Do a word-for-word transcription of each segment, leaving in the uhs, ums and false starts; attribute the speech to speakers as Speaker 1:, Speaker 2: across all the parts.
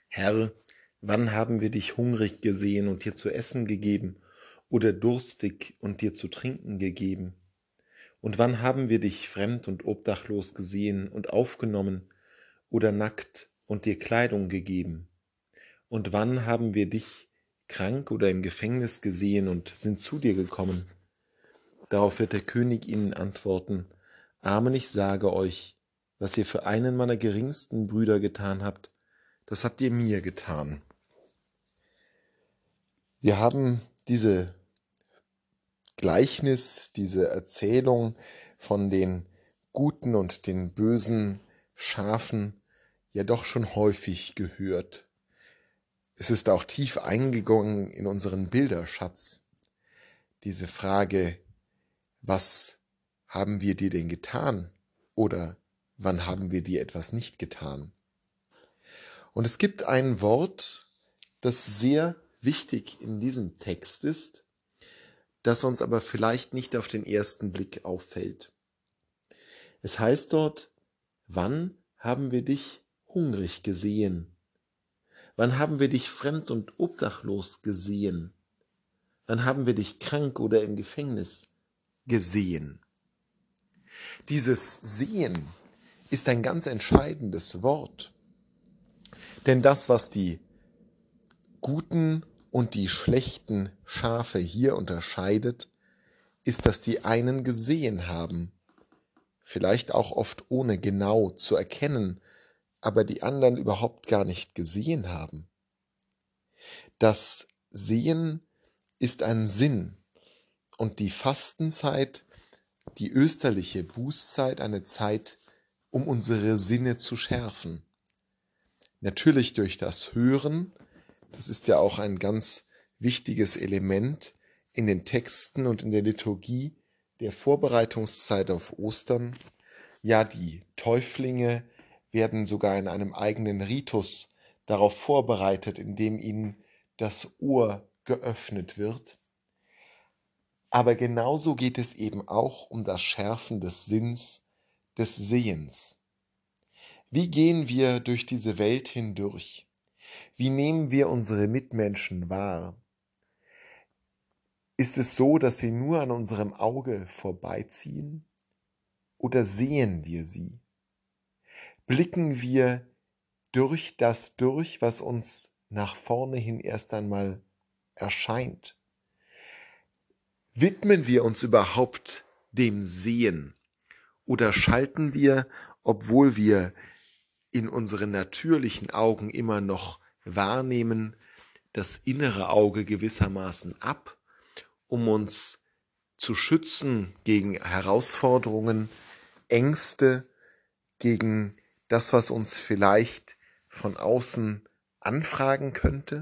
Speaker 1: Herr, wann haben wir dich hungrig gesehen und dir zu essen gegeben, oder durstig und dir zu trinken gegeben? Und wann haben wir dich fremd und obdachlos gesehen und aufgenommen, oder nackt und dir Kleidung gegeben? Und wann haben wir dich krank oder im Gefängnis gesehen und sind zu dir gekommen? Darauf wird der König ihnen antworten: Amen, ich sage euch, was ihr für einen meiner geringsten Brüder getan habt, das habt ihr mir getan. Wir haben diese Gleichnis, diese Erzählung von den guten und den bösen Schafen ja doch schon häufig gehört. Es ist auch tief eingegangen in unseren Bilderschatz. Diese Frage, was haben wir dir denn getan? Oder wann haben wir dir etwas nicht getan? Und es gibt ein Wort, das sehr wichtig in diesem Text ist, das uns aber vielleicht nicht auf den ersten Blick auffällt. Es heißt dort: Wann haben wir dich hungrig gesehen? Wann haben wir dich fremd und obdachlos gesehen? Wann haben wir dich krank oder im Gefängnis gesehen? Dieses Sehen ist ein ganz entscheidendes Wort. Denn das, was die guten und die schlechten Schafe hier unterscheidet, ist, dass die einen gesehen haben, vielleicht auch oft ohne genau zu erkennen, aber die anderen überhaupt gar nicht gesehen haben. Das Sehen ist ein Sinn und die Fastenzeit, die österliche Bußzeit, eine Zeit, um unsere Sinne zu schärfen. Natürlich durch das Hören, das ist ja auch ein ganz wichtiges Element in den Texten und in der Liturgie der Vorbereitungszeit auf Ostern. Ja, die Täuflinge werden sogar in einem eigenen Ritus darauf vorbereitet, indem ihnen das Ohr geöffnet wird. Aber genauso geht es eben auch um das Schärfen des Sinns, des Sehens. Wie gehen wir durch diese Welt hindurch? Wie nehmen wir unsere Mitmenschen wahr? Ist es so, dass sie nur an unserem Auge vorbeiziehen? Oder sehen wir sie? Blicken wir durch das durch, was uns nach vorne hin erst einmal erscheint? Widmen wir uns überhaupt dem Sehen? Oder schalten wir, obwohl wir in unseren natürlichen Augen immer noch wahrnehmen, das innere Auge gewissermaßen ab, um uns zu schützen gegen Herausforderungen, Ängste, gegen das, was uns vielleicht von außen anfragen könnte?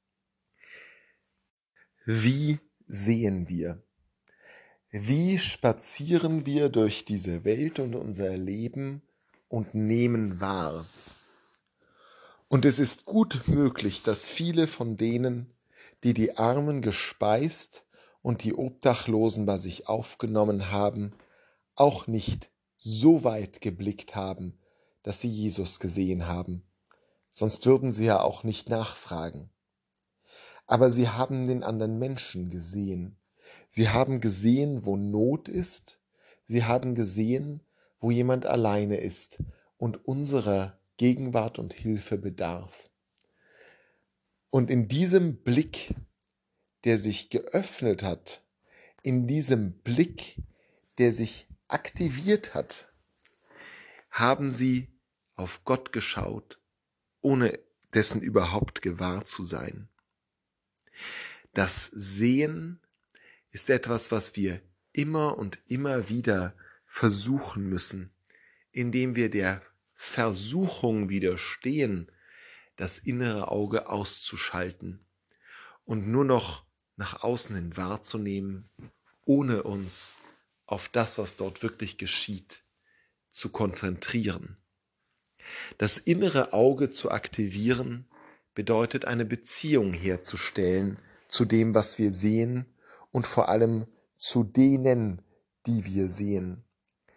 Speaker 1: Wie sehen wir? Wie spazieren wir durch diese Welt und unser Leben und nehmen wahr? Und es ist gut möglich, dass viele von denen, die die Armen gespeist und die Obdachlosen bei sich aufgenommen haben, auch nicht so weit geblickt haben, dass sie Jesus gesehen haben. Sonst würden sie ja auch nicht nachfragen. Aber sie haben den anderen Menschen gesehen. Sie haben gesehen, wo Not ist. Sie haben gesehen, wo jemand alleine ist und unserer Gegenwart und Hilfe bedarf. Und in diesem Blick, der sich geöffnet hat, in diesem Blick, der sich aktiviert hat, haben sie auf Gott geschaut, ohne dessen überhaupt gewahr zu sein. Das Sehen ist etwas, was wir immer und immer wieder versuchen müssen, indem wir der Versuchung widerstehen, das innere Auge auszuschalten und nur noch nach außen hin wahrzunehmen, ohne uns auf das, was dort wirklich geschieht, zu konzentrieren. Das innere Auge zu aktivieren bedeutet, eine Beziehung herzustellen zu dem, was wir sehen und vor allem zu denen, die wir sehen.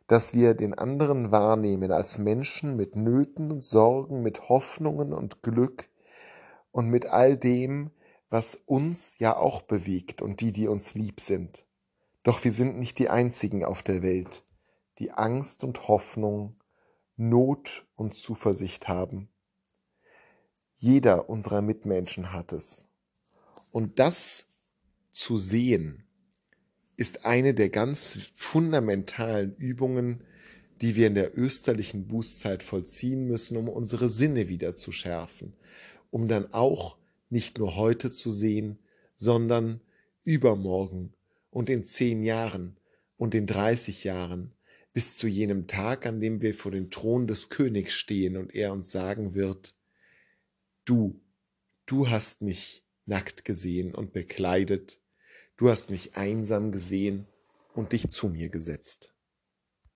Speaker 1: dass wir den anderen wahrnehmen als Menschen mit Nöten und Sorgen, mit Hoffnungen und Glück und mit all dem, was uns ja auch bewegt und die, die uns lieb sind. Doch wir sind nicht die Einzigen auf der Welt, die Angst und Hoffnung, Not und Zuversicht haben. Jeder unserer Mitmenschen hat es. Und das zu sehen, ist eine der ganz fundamentalen Übungen, die wir in der österlichen Bußzeit vollziehen müssen, um unsere Sinne wieder zu schärfen, um dann auch nicht nur heute zu sehen, sondern übermorgen und in zehn Jahren und in dreißig Jahren, bis zu jenem Tag, an dem wir vor dem Thron des Königs stehen und er uns sagen wird: Du, du hast mich nackt gesehen und bekleidet, du hast mich einsam gesehen und dich zu mir gesetzt.